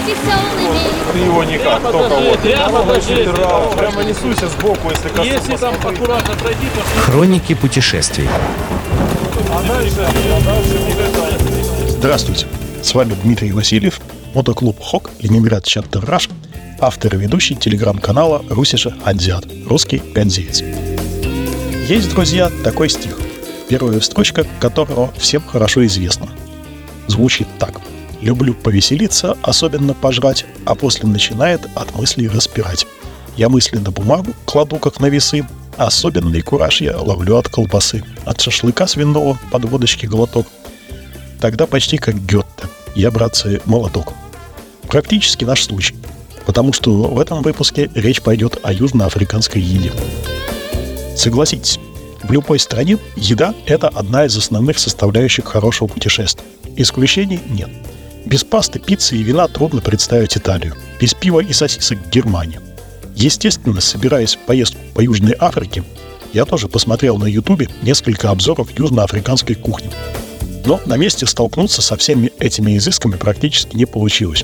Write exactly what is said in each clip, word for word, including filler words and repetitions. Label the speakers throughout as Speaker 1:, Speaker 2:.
Speaker 1: Ты его никак, только вот. Прямо, прямо не суйся сбоку, если коснуться.
Speaker 2: Если там аккуратно пройти, то...
Speaker 3: Хроники путешествий.
Speaker 1: А дальше, а дальше никогда.
Speaker 4: Здравствуйте, с вами Дмитрий Васильев, мотоклуб ХОК, Ленинград Чаттер Раш, автор и ведущий телеграм-канала Русиша Андзиат, русский ганзеец. Есть, друзья, такой стих, первая строчка которого всем хорошо известна. Звучит так: «Люблю повеселиться, особенно пожрать, а после начинает от мыслей распирать. Я мысли на бумагу кладу, как на весы, а особенный кураж я ловлю от колбасы, от шашлыка свиного под водочки глоток. Тогда почти как Гёте, я, братцы, молоток». Практически наш случай, потому что в этом выпуске речь пойдет о южноафриканской еде. Согласитесь, в любой стране еда – это одна из основных составляющих хорошего путешествия. Исключений нет. Без пасты, пиццы и вина трудно представить Италию. Без пива и сосисок – Германию. Естественно, собираясь в поездку по Южной Африке, я тоже посмотрел на Ютубе несколько обзоров южноафриканской кухни. Но на месте столкнуться со всеми этими изысками практически не получилось.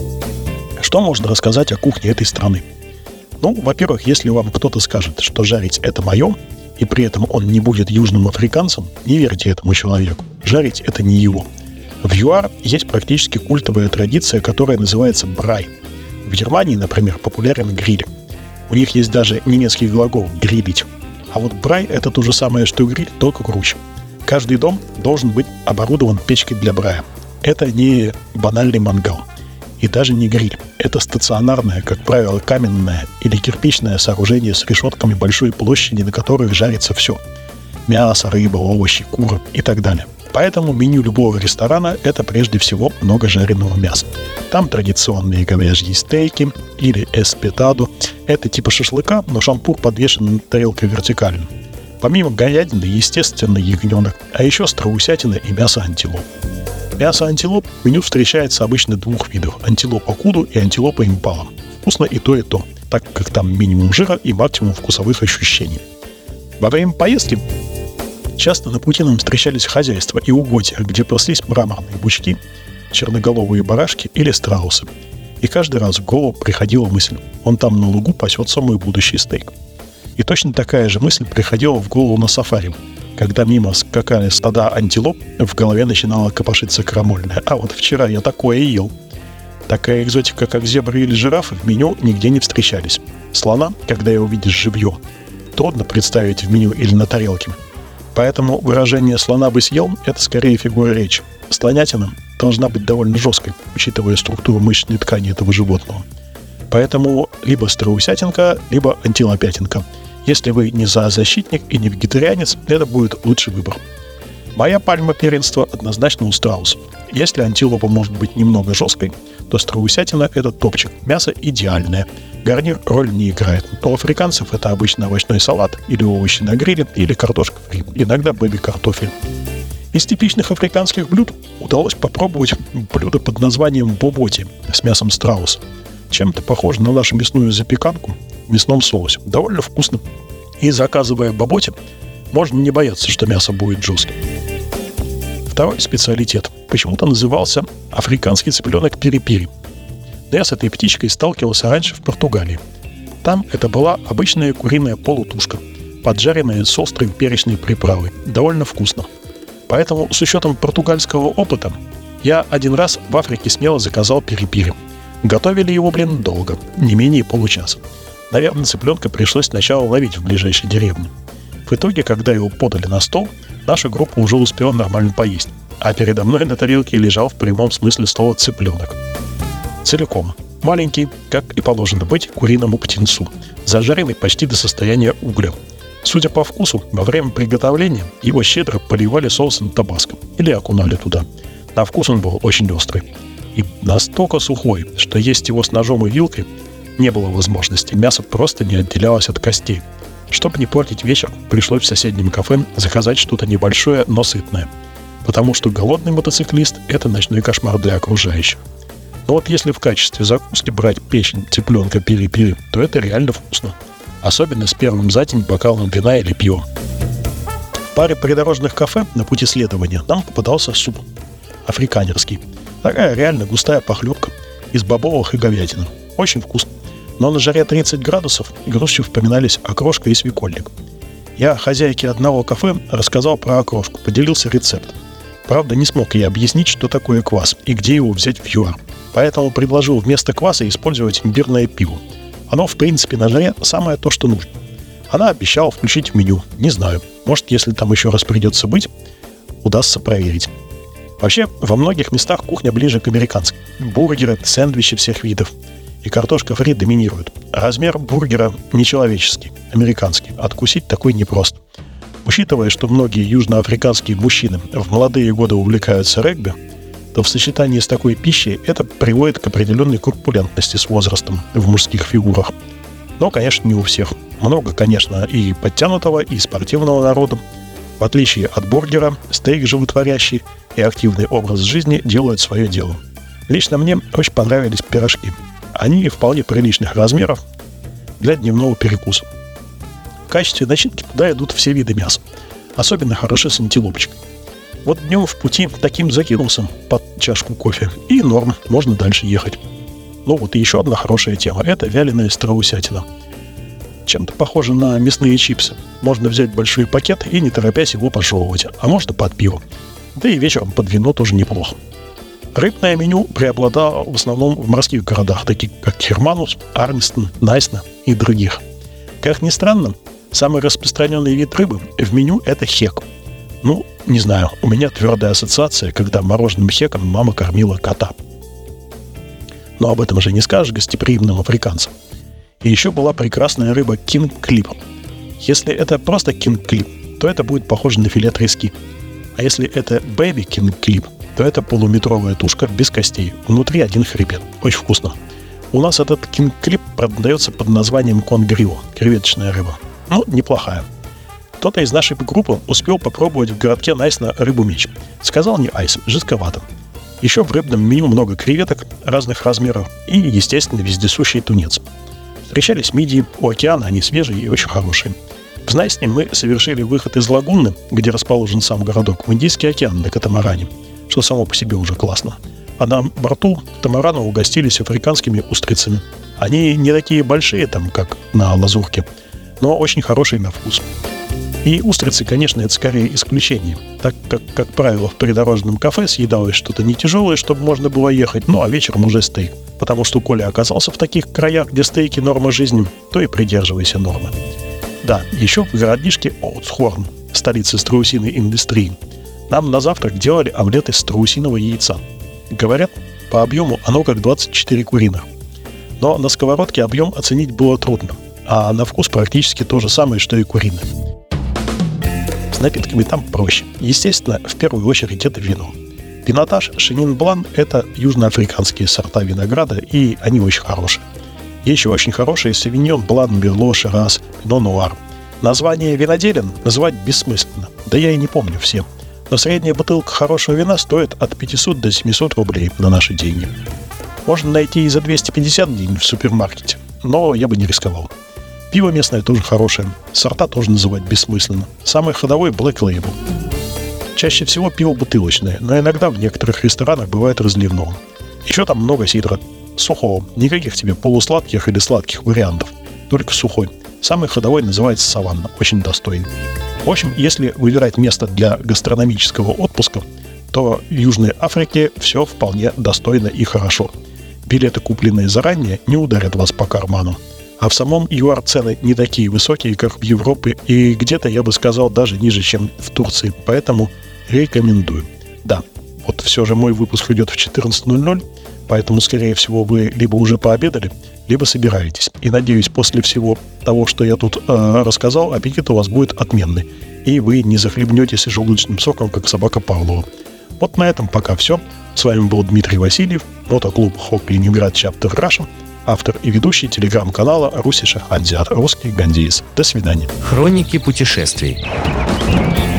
Speaker 4: Что можно рассказать о кухне этой страны? Ну, во-первых, если вам кто-то скажет, что жарить – это мое, и при этом он не будет южным африканцем, не верьте этому человеку. Жарить – это не его. В ЮАР есть практически культовая традиция, которая называется брай. В Германии, например, популярен гриль. У них есть даже немецкий глагол «грилить». А вот брай – это то же самое, что гриль, только круче. Каждый дом должен быть оборудован печкой для брая. Это не банальный мангал. И даже не гриль. Это стационарное, как правило, каменное или кирпичное сооружение с решетками большой площади, на которых жарится все. Мясо, рыба, овощи, куры и так далее. Поэтому меню любого ресторана – это прежде всего много жареного мяса. Там традиционные говяжьи стейки или эспетадо. Это типа шашлыка, но шампур подвешен над тарелкой вертикально. Помимо говядины, естественно, ягненок, а еще страусятина и мясо антилоп. Мясо антилоп в меню встречается обычно двух видов – антилопа куду и антилопа импала. Вкусно и то, и то, так как там минимум жира и максимум вкусовых ощущений. Во время поездки часто на пути нам встречались хозяйства и угодья, где паслись мраморные бычки, черноголовые барашки или страусы. И каждый раз в голову приходила мысль: он там на лугу пасется мой будущий стейк. И точно такая же мысль приходила в голову на сафари. Когда мимо скакали стада антилоп, в голове начинала копошиться крамольная: а вот вчера я такое и ел. Такая экзотика, как зебры или жирафы, в меню нигде не встречались. Слона, когда его видишь живьем, трудно представить в меню или на тарелке. Поэтому выражение «слона бы съел» — это скорее фигура речи. Слонятина должна быть довольно жесткой, учитывая структуру мышечной ткани этого животного. Поэтому либо страусятинка, либо антилопятинка. Если вы не зоозащитник и не вегетарианец, это будет лучший выбор. Моя пальма первенства однозначно у страусов. Если антилопа может быть немного жесткой, то страусятина – это топчик. Мясо идеальное. Гарнир роль не играет. У африканцев это обычно овощной салат, или овощи на гриле, или картошка фри, иногда бэби-картофель. Из типичных африканских блюд удалось попробовать блюдо под названием боботи с мясом страуса. Чем-то похоже на нашу мясную запеканку в мясном соусе. Довольно вкусно. И заказывая боботи, можно не бояться, что мясо будет жестким. Второй специалитет почему-то назывался африканский цыпленок пири-пири. Но я с этой птичкой сталкивался раньше в Португалии. Там это была обычная куриная полутушка, поджаренная с острой перечной приправой. Довольно вкусно. Поэтому, с учетом португальского опыта, я один раз в Африке смело заказал пири-пири. Готовили его, блин, долго, не менее получаса. Наверное, цыпленка пришлось сначала ловить в ближайшей деревне. В итоге, когда его подали на стол, наша группа уже успела нормально поесть, а передо мной на тарелке лежал в прямом смысле слова цыпленок. Целиком. Маленький, как и положено быть куриному птенцу, зажаренный почти до состояния угля. Судя по вкусу, во время приготовления его щедро поливали соусом табаско или окунали туда. На вкус он был очень острый и настолько сухой, что есть его с ножом и вилкой не было возможности. Мясо просто не отделялось от костей. Чтобы не портить вечер, пришлось в соседнем кафе заказать что-то небольшое, но сытное. Потому что голодный мотоциклист – это ночной кошмар для окружающих. Но вот если в качестве закуски брать печень цыпленка пири-пири, то это реально вкусно. Особенно с первым за день бокалом вина или пива. В паре придорожных кафе на пути следования нам попадался суп африканерский. Такая реально густая похлебка. из бобовых и говядины. Очень вкусно. Но на жаре тридцать градусов грустью вспоминались окрошка и свекольник. Я хозяйке одного кафе рассказал про окрошку, поделился рецептом. Правда, не смог ей объяснить, что такое квас и где его взять в ЮАР. Поэтому предложил вместо кваса использовать имбирное пиво. Оно, в принципе, на жаре самое то, что нужно. Она обещала включить в меню. Не знаю. Может, если там еще раз придется быть, удастся проверить. Вообще, во многих местах кухня ближе к американской. Бургеры, сэндвичи всех видов. И картошка фри доминирует. Размер бургера нечеловеческий, американский. Откусить такой непросто. Учитывая, что многие южноафриканские мужчины в молодые годы увлекаются регби, то в сочетании с такой пищей это приводит к определенной корпулентности с возрастом в мужских фигурах. Но, конечно, не у всех. Много, конечно, и подтянутого, и спортивного народа. В отличие от бургера, стейк животворящий и активный образ жизни делают свое дело. Лично мне очень понравились пирожки. Они вполне приличных размеров для дневного перекуса. В качестве начинки туда идут все виды мяса. Особенно хороши с антилопочкой. Вот днем в пути таким закинулся под чашку кофе. И норм, можно дальше ехать. Ну вот и еще одна хорошая тема. Это вяленая страусятина. Чем-то похоже на мясные чипсы. Можно взять большой пакет и не торопясь его пожевывать. А можно под пиво. Да и вечером под вино тоже неплохо. Рыбное меню преобладало в основном в морских городах, таких как Херманус, Армистон, Найсна и других. Как ни странно, самый распространенный вид рыбы в меню – это хек. Ну, не знаю, у меня твердая ассоциация, когда мороженым хеком мама кормила кота. Но об этом же не скажешь гостеприимным африканцам. И еще была прекрасная рыба кинг-клип. Если это просто кинг-клип, то это будет похоже на филе трески. А если это бэби кинг-клип, то это полуметровая тушка без костей. Внутри один хребет. Очень вкусно. У нас этот кинг-клип продается под названием конгрио. Креветочная рыба. Ну, неплохая. Кто-то из нашей группы успел попробовать в городке Найсна рыбу-меч. Сказал не айс, жестковато. Еще в рыбном меню много креветок разных размеров и, естественно, вездесущий тунец. Встречались мидии, у океана они свежие и очень хорошие. В Знайсне мы совершили выход из лагуны, где расположен сам городок, в Индийский океан на катамаране, что само по себе уже классно. А на борту катамарана угостились африканскими устрицами. Они не такие большие там, как на лазурке, но очень хорошие на вкус. И устрицы, конечно, это скорее исключение, так как, как правило, в придорожном кафе съедалось что-то не тяжелое, чтобы можно было ехать, ну а вечером уже стейк. Потому что Коля оказался в таких краях, где стейки норма жизни, то и придерживайся нормы. Да, еще в городишке Оутсхорн, столице страусиной индустрии, нам на завтрак делали омлет из страусиного яйца. Говорят, по объему оно как двадцать четыре куриных. Но на сковородке объем оценить было трудно, а на вкус практически то же самое, что и куриное. С напитками там проще. Естественно, в первую очередь это вино. Пинотаж, Шинин Блан – это южноафриканские сорта винограда, и они очень хорошие. Еще очень хорошие Савиньон, Блан, Мерло, Шираз, Пино Нуар. Название виноделен называть бессмысленно, да я и не помню все. Но средняя бутылка хорошего вина стоит от пятисот до семисот рублей на наши деньги. Можно найти и за двести пятьдесят гривен в супермаркете, но я бы не рисковал. Пиво местное тоже хорошее, сорта тоже называть бессмысленно. Самый ходовой Black Label. Чаще всего пиво бутылочное, но иногда в некоторых ресторанах бывает разливного. Еще там много сидра. Сухого. Никаких тебе полусладких или сладких вариантов. Только сухой. Самый ходовой называется Саванна. Очень достойный. В общем, если выбирать место для гастрономического отпуска, то в Южной Африке все вполне достойно и хорошо. Билеты, купленные заранее, не ударят вас по карману. А в самом ЮАР цены не такие высокие, как в Европе, и где-то, я бы сказал, даже ниже, чем в Турции. Поэтому рекомендую. Да, вот все же мой выпуск идет в четырнадцать ноль ноль, поэтому, скорее всего, вы либо уже пообедали, либо собираетесь. И надеюсь, после всего того, что я тут э, рассказал, аппетит у вас будет отменный. И вы не захлебнетесь желудочным соком, как собака Павлова. Вот на этом пока все. С вами был Дмитрий Васильев, мотоклуб Хок Ленинград Chapter Russia, автор и ведущий телеграм-канала Русиша Андзиат, русский гандиец. До свидания.
Speaker 3: Хроники путешествий.